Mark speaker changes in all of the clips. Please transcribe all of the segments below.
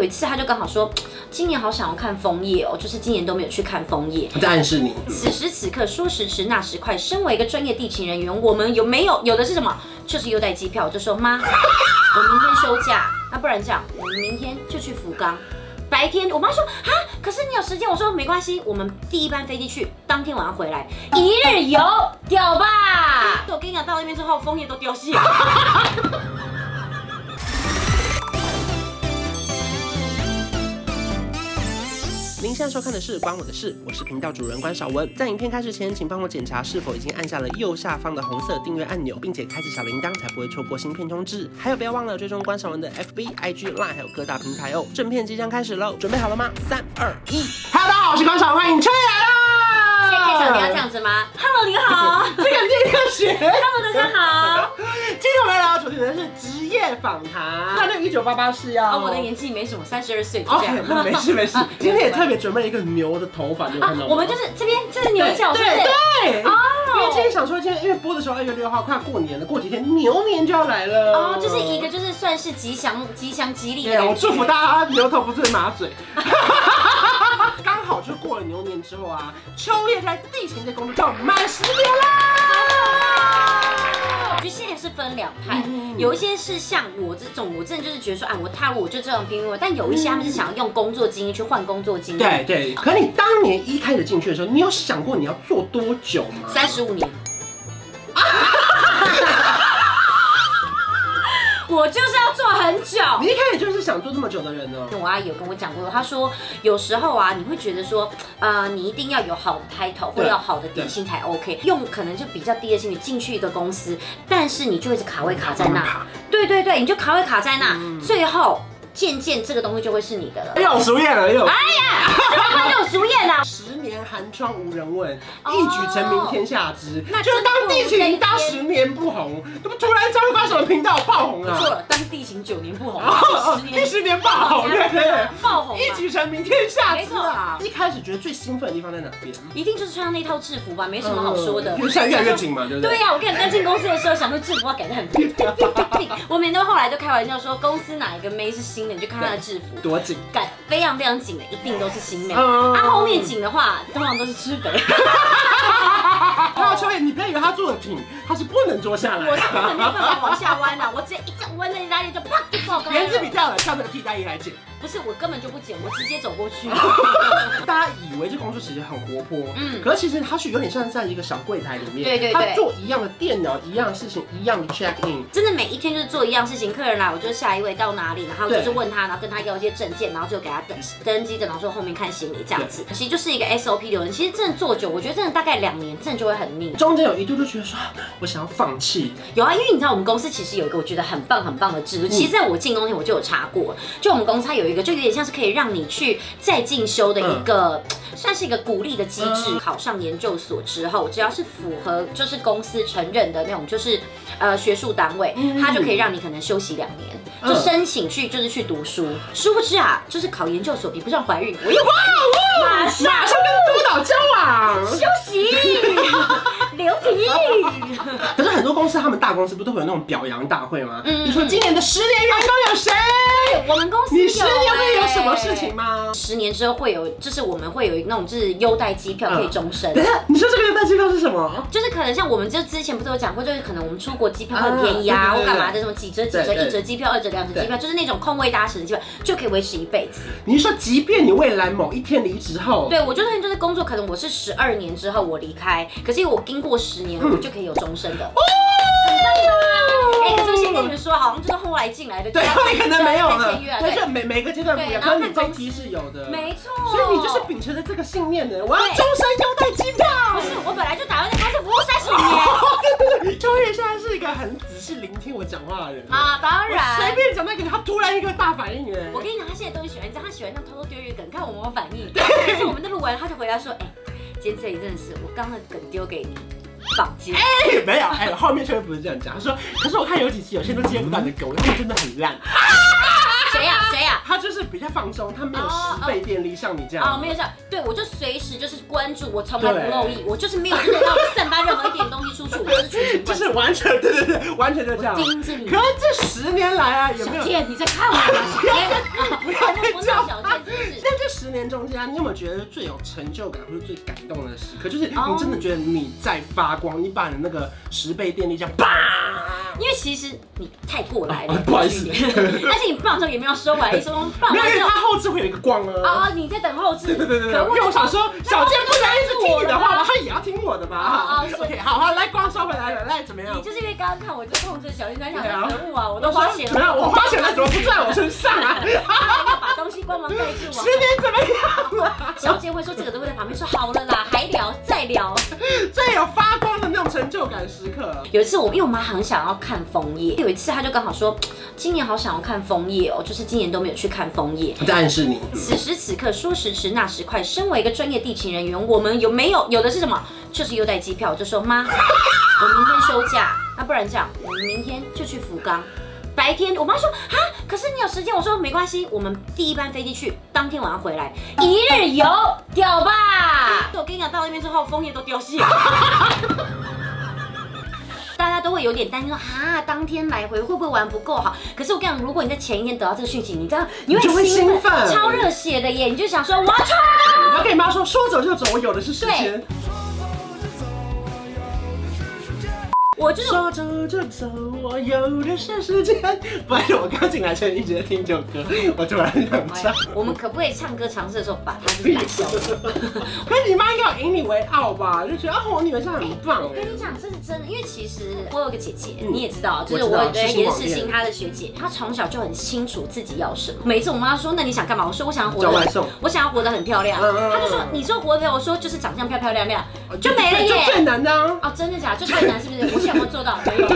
Speaker 1: 一次他就刚好说，今年好想要看枫叶哦，就是今年都没有去看枫叶。
Speaker 2: 他在暗示你。
Speaker 1: 此时此刻说时迟那时快，身为一个专业地勤人员，我们有的是什么？就是优待机票。我就说妈，我明天休假，那不然这样，我们明天就去福冈。白天，我妈说啊，可是你有时间，我说没关系，我们第一班飞机去，当天晚上回来，一日游，屌吧！我跟你讲，到那边之后，枫叶都凋谢了。
Speaker 2: 您现在收看的是《关我的事》，我是频道主人关少文。在影片开始前，请帮我检查是否已经按下了右下方的红色订阅按钮，并且开启小铃铛，才不会错过新片通知。还有，不要忘了追踪关少文的 FB、IG、Line， 还有各大平台哦。正片即将开始喽，准备好了吗？3、2、1， Hello， 大家好，我是关少文，欢迎吹来啦！
Speaker 1: 现在开场你要这样子吗 ？Hello， 你好，
Speaker 2: 这个你也要学。
Speaker 1: Hello， 大家好。
Speaker 2: 今天我们聊的主题呢是职业访谈。那这个1988是要
Speaker 1: 我的年纪没什么，32岁就这样。
Speaker 2: OK， 那没事。今天也特别准备了一个牛的头发，你有看到吗？
Speaker 1: 我们就是这边，这是牛角，是不是？
Speaker 2: 对。哦。因为今天想说，今天因为播的时候2月6号快过年了，过几天牛年就要来了。
Speaker 1: 哦，就是一个就是算是吉祥吉利的。
Speaker 2: 对，我祝福大家牛头不对马嘴。刚好就过了牛年之后啊，秋叶在地勤的工作就满10年啦。
Speaker 1: 我觉得现在是分两派，有一些是像我这种，我真的就是觉得说，我踏入我就这样拼命，但有一些他们是想要用工作经验去换工作经验。
Speaker 2: 对。可你当年一开始进去的时候，你有想过你要做多久吗
Speaker 1: ？35年。我就是要做很久。
Speaker 2: 你一开始就是想做这么久的人呢？
Speaker 1: 我阿姨有跟我讲过，她说有时候啊，你会觉得说，你一定要有好的 title 或要好的底薪才 OK， 用可能就比较低的薪水进去一个公司，但是你就一直卡位卡在那。对，你就卡位卡在那，最后渐渐这个东西就会是你的了。
Speaker 2: 又俗谚了又。
Speaker 1: 哎呀，怎么会有俗谚啊
Speaker 2: ？10年寒窗无人问，一举成名天下知。
Speaker 1: 那
Speaker 2: 就是当地勤当10年不红，怎么突然加入关少文频道爆红啊？
Speaker 1: 错了，当地勤9年不红
Speaker 2: ，10年爆红，对，
Speaker 1: 爆红，
Speaker 2: 一举成名天下知啊！一开始觉得最兴奋的地方在哪边？
Speaker 1: 一定就是穿上那套制服吧，没什么好说的。
Speaker 2: 越穿越来越紧嘛，对不对？
Speaker 1: 对呀，我跟你刚进公司的时候，想说制服要改得很紧。我每天都后来就开玩笑说，公司哪一个妹是新的，你就看她的制服
Speaker 2: 多紧，
Speaker 1: 改非常非常紧的，一定都是新妹。后面紧的话，通常都是吃肥。
Speaker 2: 还有秋叶，你不要以为他坐得挺，他是不能坐下来。
Speaker 1: 我是根本没有办法往下弯的，我直接一这样弯在哪里就啪就爆开了。
Speaker 2: 原子笔跳这个替代役来剪。
Speaker 1: 不是，我根本就不剪，我直接走过去。
Speaker 2: 大家以为这工作其实很活泼，可是其实它是有点像在一个小柜台里面，
Speaker 1: 对，
Speaker 2: 他做一样的电脑，一样的事情，一样的 check in，
Speaker 1: 真的每一天就是做一样事情。客人来，我就下一位到哪里，然后就是问他，然后跟他要一些证件，然后就给他登机，然后说后面看行李这样子。其实就是一个 SOP 流程。其实真的做久，我觉得真的大概2年，真的就会很腻。
Speaker 2: 中间有一度就觉得说，我想要放弃。
Speaker 1: 有啊，因为你知道我们公司其实有一个我觉得很棒的制度。其实在我进公司我就有查过，就我们公司它有一个，就有点像是可以让你去再进修的一个，算是一个鼓励的机制。考上研究所之后，只要是符合就是公司承认的那种，就是学术单位，它就可以让你可能休息2年，就申请去就是去读书。殊不知啊，就是考研究所比不上怀孕，我又马上
Speaker 2: 跟督导交往，
Speaker 1: 休息留题。
Speaker 2: 可是很多公司，他们大公司不都会有那种表扬大会吗？你说今年的10年员工有谁？
Speaker 1: 我们公司
Speaker 2: 你10年会有什么事情吗
Speaker 1: ？10年之后会有，就是我们会有那种就是优待机票可以终身。
Speaker 2: 等一下，你说这个优待机票是什么？
Speaker 1: 就是可能像我们就之前不是有讲过，就是可能我们出国机票很便宜啊，或干嘛的，什么几折、1折机票、2折、2折机票，就是那种空位搭乘的机票，就可以维持一辈子。
Speaker 2: 你说，即便你未来某一天离职后，
Speaker 1: 对我就是工作，可能我是12年之后我离开，可是我经过10年，我就可以有终身的。可是先跟你们说，好像就是后来进来的，
Speaker 2: 对，你可能没有了，
Speaker 1: 对，
Speaker 2: 就每个阶段不一样，可是你这一批是有的，
Speaker 1: 没错，
Speaker 2: 所以你就是秉承着这个信念的，我要终身优待机票。
Speaker 1: 不是，我本来就打算在公司服务35
Speaker 2: 年。秋叶现在是一个很仔细聆听我讲话的人
Speaker 1: 啊，当然，
Speaker 2: 随便讲那个，他突然一个大反应
Speaker 1: 我跟你讲，他现在都喜欢这样，他喜欢这样偷偷丢一个梗，看我们反应。可是我们的录完，他就回答说，今天这里真的是我刚刚的梗丢给你。绑接
Speaker 2: 没有后面却不是这样讲。他说，可是我看有几期有些都接不到你的梗，他们真的很烂。
Speaker 1: 谁呀？
Speaker 2: 他就是比较放松，他没有10倍电力像你这样。
Speaker 1: 没有这样。对，我就随时就是关注，我从来不漏意，我就是没有就是要散发任何一点东西出去，我就是全神贯注。
Speaker 2: 就是完全对，完全就这样。
Speaker 1: 盯着你。
Speaker 2: 可是这10年来啊，有没有？
Speaker 1: 小健，你在看我吗？小健，
Speaker 2: 不要再年中间啊，你有没有觉得最有成就感或者最感动的时刻？就是你真的觉得你在发光，你把你那个10倍电力这样啪。
Speaker 1: 因为其实你太过来了，
Speaker 2: 不好意思，
Speaker 1: 而且你放的时候也没有收回来，收放完之后，
Speaker 2: 它后置会有一个光啊。
Speaker 1: 你在等后置。对。
Speaker 2: 因为我想说，小健不能一直听你的话，他也要听我的吧。OK， 好，来光收回来了，来怎么样？
Speaker 1: 你就是因为刚刚看我就控制小健在想可恶啊，我都花钱了。
Speaker 2: 怎么样？我花钱了，怎么不在我身上啊？
Speaker 1: 要把东西光芒盖住啊。
Speaker 2: 10年怎么样了？
Speaker 1: 小健会说这个都会在旁边说好了啦，还聊再聊，
Speaker 2: 最有发光的那种成就感时刻。
Speaker 1: 有一次因为我妈很想要看枫叶，有一次她就刚好说，今年好想要看枫叶哦，就是今年都没有去看枫叶。
Speaker 2: 我在暗示你。
Speaker 1: 此时此刻说时迟那时快，身为一个专业地勤人员，我们有的是什么？就是优待机票，我就说妈，我明天休假，那不然这样，我们明天就去福冈。白天我妈说啊，可是你有时间，我说没关系，我们第1班飞机去，当天晚上回来，1日游，屌吧！我跟你讲，到那边之后枫叶都凋谢了。大家都会有点担心说当天来回会不会玩不够好？可是我跟你讲，如果你在前一天得到这个讯息，你知道你会兴奋，超热血的耶！你就想说我要冲！
Speaker 2: 我要跟你妈说，说走就走，我有的是时间。
Speaker 1: 我就是
Speaker 2: 说走就走，我有的是时间。不然我刚进来前一直在听这首歌，我突然想唱。
Speaker 1: 我们可不可以唱歌尝试的时候把它就是打消了？
Speaker 2: 可是你妈应该有引你为傲吧？就觉得我女儿唱很棒。
Speaker 1: 我跟你讲，这是真的，因为其实我有个姐姐，你也知道，就是我也是世新她的学姐，她从小就很清楚自己要什么。每次我妈说，那你想干嘛？我说我想要活得，我想要活得很漂亮。她就说，你说活得漂亮，我说就是长相漂漂亮亮，就没了耶。
Speaker 2: 就最难的啊！
Speaker 1: 真的假的？就最难是不是？我有没有做到？没有。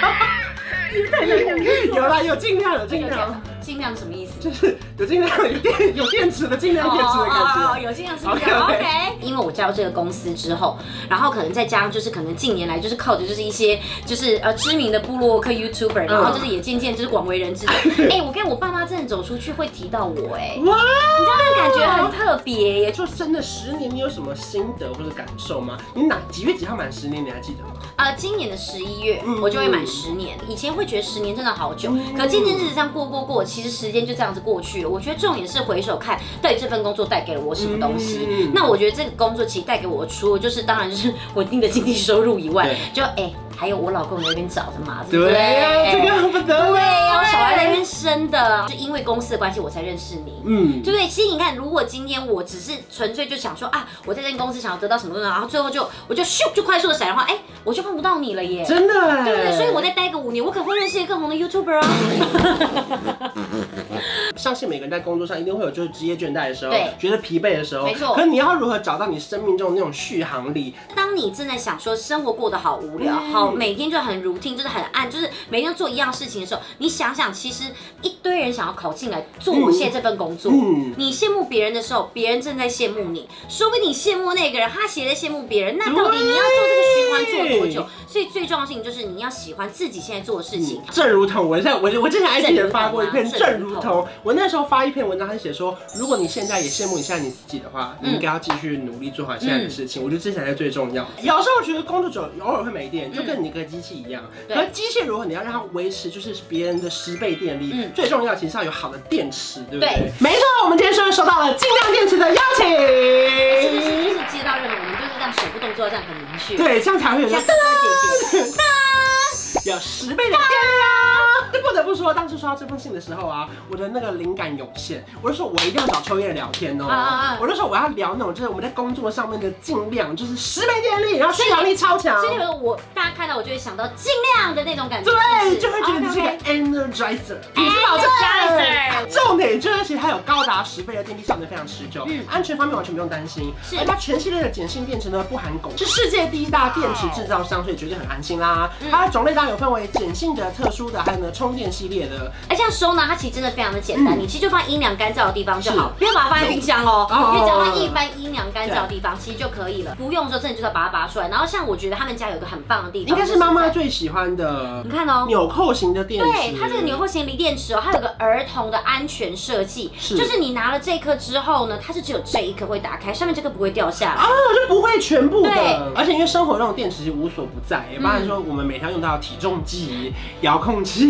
Speaker 2: 有啦，有尽量，有尽量。
Speaker 1: 尽量什么意思？
Speaker 2: 就是有尽量有电池的尽量电池的感觉。
Speaker 1: 有尽量是 OK。因为我加入这个公司之后，然后可能再加上就是可能近年来就是靠着就是一些就是知名的部落客 YouTuber， 然后就是也渐渐就是广为人知的。我跟我爸妈真的走出去会提到我哇，你知道那个感觉很特别耶。
Speaker 2: 就真的10年，你有什么心得或者感受吗？你几月几号满10年？你还记得吗？
Speaker 1: 今年的11月我就会满10年。以前会觉得10年真的好久，可渐渐日子这样过。其实时间就这样子过去了。我觉得重点是回首看，到底这份工作带给了我什么东西。那我觉得这个工作其实带给我的，除了就是当然就是稳定的经济收入以外，就还有我老公在那边找的嘛，对不对？
Speaker 2: 这个不得了。
Speaker 1: 对呀，我小孩在那边生的，就因为公司的关系我才认识你，对不对？其实你看，如果今天我只是纯粹就想说我在这间公司想要得到什么东西，然后最后我就咻就快速的闪的话，我就碰不到你了耶，
Speaker 2: 真的，
Speaker 1: 对不对？所以我再待个5年，我可能会认识一个更红的 YouTuber 啊。
Speaker 2: 相信每个人在工作上一定会有就是职业倦怠的时候，
Speaker 1: 对，
Speaker 2: 觉得疲惫的时候，
Speaker 1: 没错。
Speaker 2: 可是你要如何找到你生命中那种续航力？
Speaker 1: 当你正在想说生活过得好无聊，好每天就很 routine， 就是很暗，就是每天做一样事情的时候，你想想，其实一堆人想要考进来做我现在这份工作，你羡慕别人的时候，别人正在羡慕你，说不定你羡慕那个人，他也在羡慕别人，那到底你要做这个循环做多久？所以最重要的事情就是你要喜欢自己现在做的事情。
Speaker 2: 正如同我之前 IG 也发过一篇，正如同我那时候发一篇文章，他写说，如果你现在也羡慕你现在你自己的话，你应该要继续努力做好现在的事情。我觉得这才是最重要。有时候我觉得工作久偶尔会没电，就跟你一个机器一样。可是机器如果你要让它维持就是别人的10倍电力，最重要其实要有好的电池，对不对？没错，我们今天收到了尽量电池的邀请。
Speaker 1: 是接到任务，我们就是这样手不动作这样很明确。
Speaker 2: 对，这样才会有像哥姐姐。有10倍的电力啊！不得不说，当时收到这封信的时候啊，我的那个灵感涌现，我就说我一定要找秋叶聊天哦。我就说我要聊那种就是我们在工作上面的尽量就是10倍电力，然后续航力超强。
Speaker 1: 所以大家看到我就会想到尽量的那种感觉，
Speaker 2: 对，就会觉得你是一个 energizer。重点就是其实它有高达10倍的电力，效能非常持久，安全方面完全不用担心。而它全系列的碱性电池呢不含汞，是世界第1大电池制造商，所以绝对很安心啦。它的种类当然有分为碱性的、特殊的，还有呢充电系列的。而
Speaker 1: 且收纳它其实真的非常的简单，你其实就放阴凉干燥的地方就好，不要把它放在冰箱哦，你只要放一般阴凉干燥的地方其实就可以了。不用的时候真的就是要把它拔出来。然后像我觉得他们家有一个很棒的地方，
Speaker 2: 应该是妈妈最喜欢的，
Speaker 1: 你看哦，
Speaker 2: 纽扣型的电池。
Speaker 1: 对，它这个纽扣型锂电池哦，它有个儿童的安全设计，就是你拿了这颗之后呢，它是只有这一颗会打开，上面这个不会掉下来
Speaker 2: 就不会全部的。而且因为生活中的电池无所不在，也包含说我们每天用到体重计、遥控器、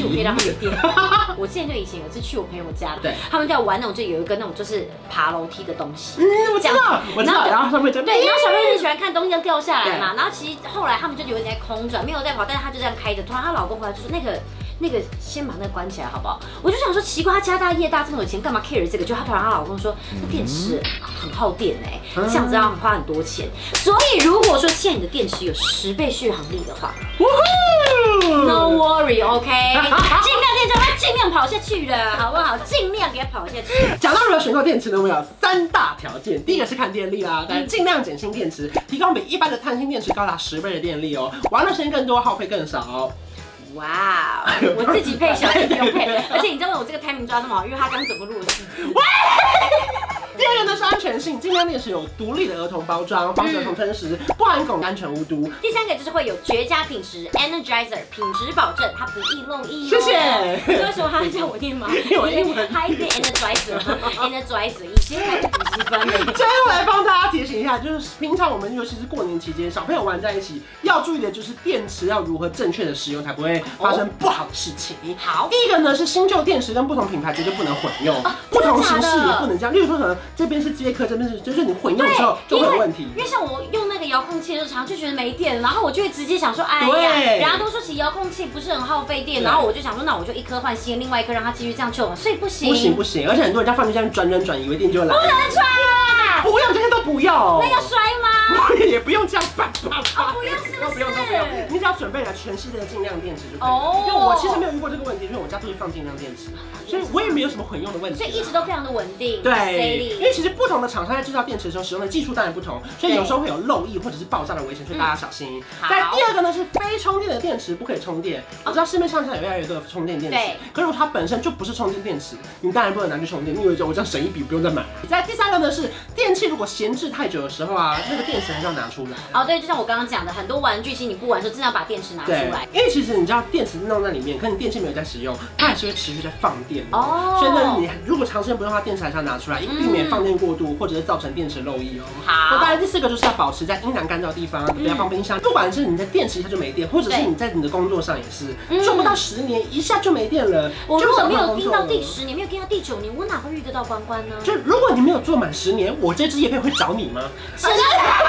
Speaker 1: 可以让他们垫。我之前就以前有一次去我朋友家，
Speaker 2: 对，
Speaker 1: 他们在玩那种就有一个那种就是爬楼梯的东西。
Speaker 2: 我知道，然后上面就
Speaker 1: 对，然后小朋友很喜欢看东西掉下来嘛，然后其实后来他们就有点在空转，没有在跑，但是他就这样开着，突然她老公回来就说那个先把那个关起来好不好？我就想说奇怪，他家大业大这么有钱，干嘛 care 这个？就她突然她老公说，那电池很耗电哎，这样子要花很多钱。所以如果说现在你的电池有10倍续航力的话，No worry，OK， 尽量电池，它尽量跑下去的，好不好？尽量给它跑下去。
Speaker 2: 讲到如何选购电池呢，我们有3大条件。第一个是看电力啦，但尽量碱性电池，提供比一般的碳氢电池高达10倍的电力哦，玩的时间更多，耗费更少。
Speaker 1: 哇，我自己配，小弟不用配，而且你知道我这个 timing 抓这么好，因为他刚整个录了4次。
Speaker 2: 第二个呢是安全性，尽量电池有独立的儿童包装，防止儿童吞食，不含汞，安全无毒。
Speaker 1: 第三个就是会有绝佳品质 Energizer 品质保证，它不易漏液。
Speaker 2: 谢谢。
Speaker 1: 你知道为什么他叫我念吗？
Speaker 2: 因为我英文
Speaker 1: 他一念 Energizer， 以前还是补习班的。
Speaker 2: 最后来帮大家提醒一下，就是平常我们尤其是过年期间，小朋友玩在一起，要注意的就是电池要如何正确的使用，才不会发生不好的事情。
Speaker 1: 好，
Speaker 2: 第一个呢是新旧电池跟不同品牌绝对不能混用，不同形式也不能这样。例如说，可能这边是接颗，这边是，就是你混用的时候就会有问题。
Speaker 1: 因为像我用那个遥控器的时候，常就觉得没电，然后我就会直接想说，哎呀，人家都说其实遥控器不是很耗费电，然后我就想说，那我就一颗换新，另外一颗让它继续这样就，所以不行，
Speaker 2: 不行，而且很多人家放进这样转，以为电就会来。
Speaker 1: 不能穿，
Speaker 2: 不要，这些都不要。
Speaker 1: 那要摔吗？
Speaker 2: 也不用这样，不
Speaker 1: 用是不是？
Speaker 2: 不用，你只要准备了全系列的尽量电池就可以了。因为我其实没有遇过这个问题，因为我家都是放尽量电池，所以我也没有什么混用的问题，
Speaker 1: 所以一直都非常的稳定。
Speaker 2: 对，因为其实不同的厂商在制造电池的时候使用的技术当然不同，所以有时候会有漏液或者是爆炸的危险，所以大家小心。在第二个呢是非充电的电池不可以充电。我知道市面上现在有越来越多的充电电池，可是如果它本身就不是充电电池，你当然不能拿去充电，你以为我这样省一笔不用再买。在第三个呢是电器如果闲置太久的时候啊，那个电池还是要拿出来。
Speaker 1: 哦，对，就像我刚刚讲的，很多玩具其实你不玩的时候，真的要把电池拿出来。
Speaker 2: 因为其实你知道电池弄在里面，可是你电器没有在使用，它还是会持续在放电哦。所以呢，你如果长时间不用它，电池还是要拿出来，以避免放电过度或者是造成电池漏液哦。
Speaker 1: 好。
Speaker 2: 那当然第四个就是要保持在阴凉干燥的地方，不要放冰箱。不管是你的电池一下就没电，或者是你在你的工作上也是，做不到10年一下就没电了。
Speaker 1: 我如果没有盯到第10年，没有盯到第9年，我哪会遇得到关关呢？
Speaker 2: 就如果你没有做满10年，我这支业配会找你吗？
Speaker 1: 是的。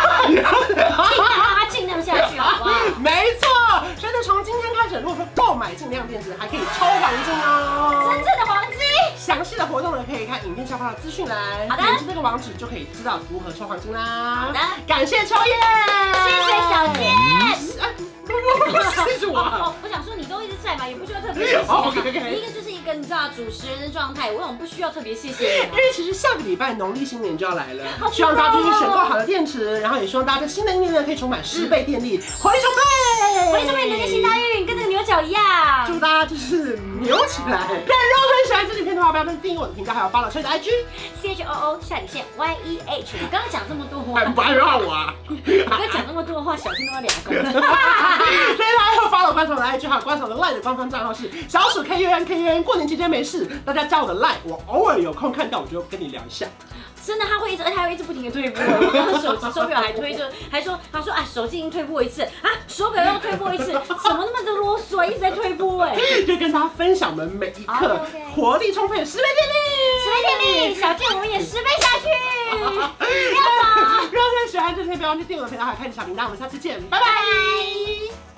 Speaker 1: 尽量下去好不好？
Speaker 2: 没错，所以呢，从今天开始，如果说购买尽量电池，还可以抽黄金哦，
Speaker 1: 真正的黄金。
Speaker 2: 详细的活动呢，可以看影片下方的资讯栏，
Speaker 1: 好的，
Speaker 2: 点击这个网址就可以知道如何抽黄金啦。
Speaker 1: 好的，
Speaker 2: 感谢秋叶，
Speaker 1: 谢谢小健。
Speaker 2: 谢谢我。
Speaker 1: 我想说你都一直在嘛，也不需要特别谢谢。一个就是一个你知道主持人的状态，我想不需要特别谢谢你。
Speaker 2: 因为其实下个礼拜农历新年就要来了，希望大家就是选购好的电池，然后也希望大家在新的一年呢可以充满10倍电力，活力充沛，
Speaker 1: 活力充沛，牛年行大运，跟那个牛角一样。
Speaker 2: 祝大家就是牛起来！如果说喜欢这影片的话，不要忘记订阅我的频道，还有follow秋叶的 IG CHOO_YEH。我刚刚讲这么多话， 不要让我啊！
Speaker 1: 我刚刚讲那么多话，小心都要2公。
Speaker 2: 所以大家要 follow 关爽的 IG，还有关爽的 LINE 的官方账号是小鼠 KUN。过年期间没事，大家加我的 LINE， 我偶尔有空看到我就跟你聊一下。
Speaker 1: 真的，他会一直，而且还会一直不停的退步。我刚刚手表还推着，他说啊，手机已经退步1次啊，手表又退步1次，怎么那么的啰嗦，一直在退步哎。
Speaker 2: 就跟大家分享我们每一刻活力充沛的10倍
Speaker 1: 电力，小健我们也10倍下去，不要走。
Speaker 2: 如果喜欢这片，不要忘记订阅我的频道，还有开启小铃铛，我们下次见，拜拜。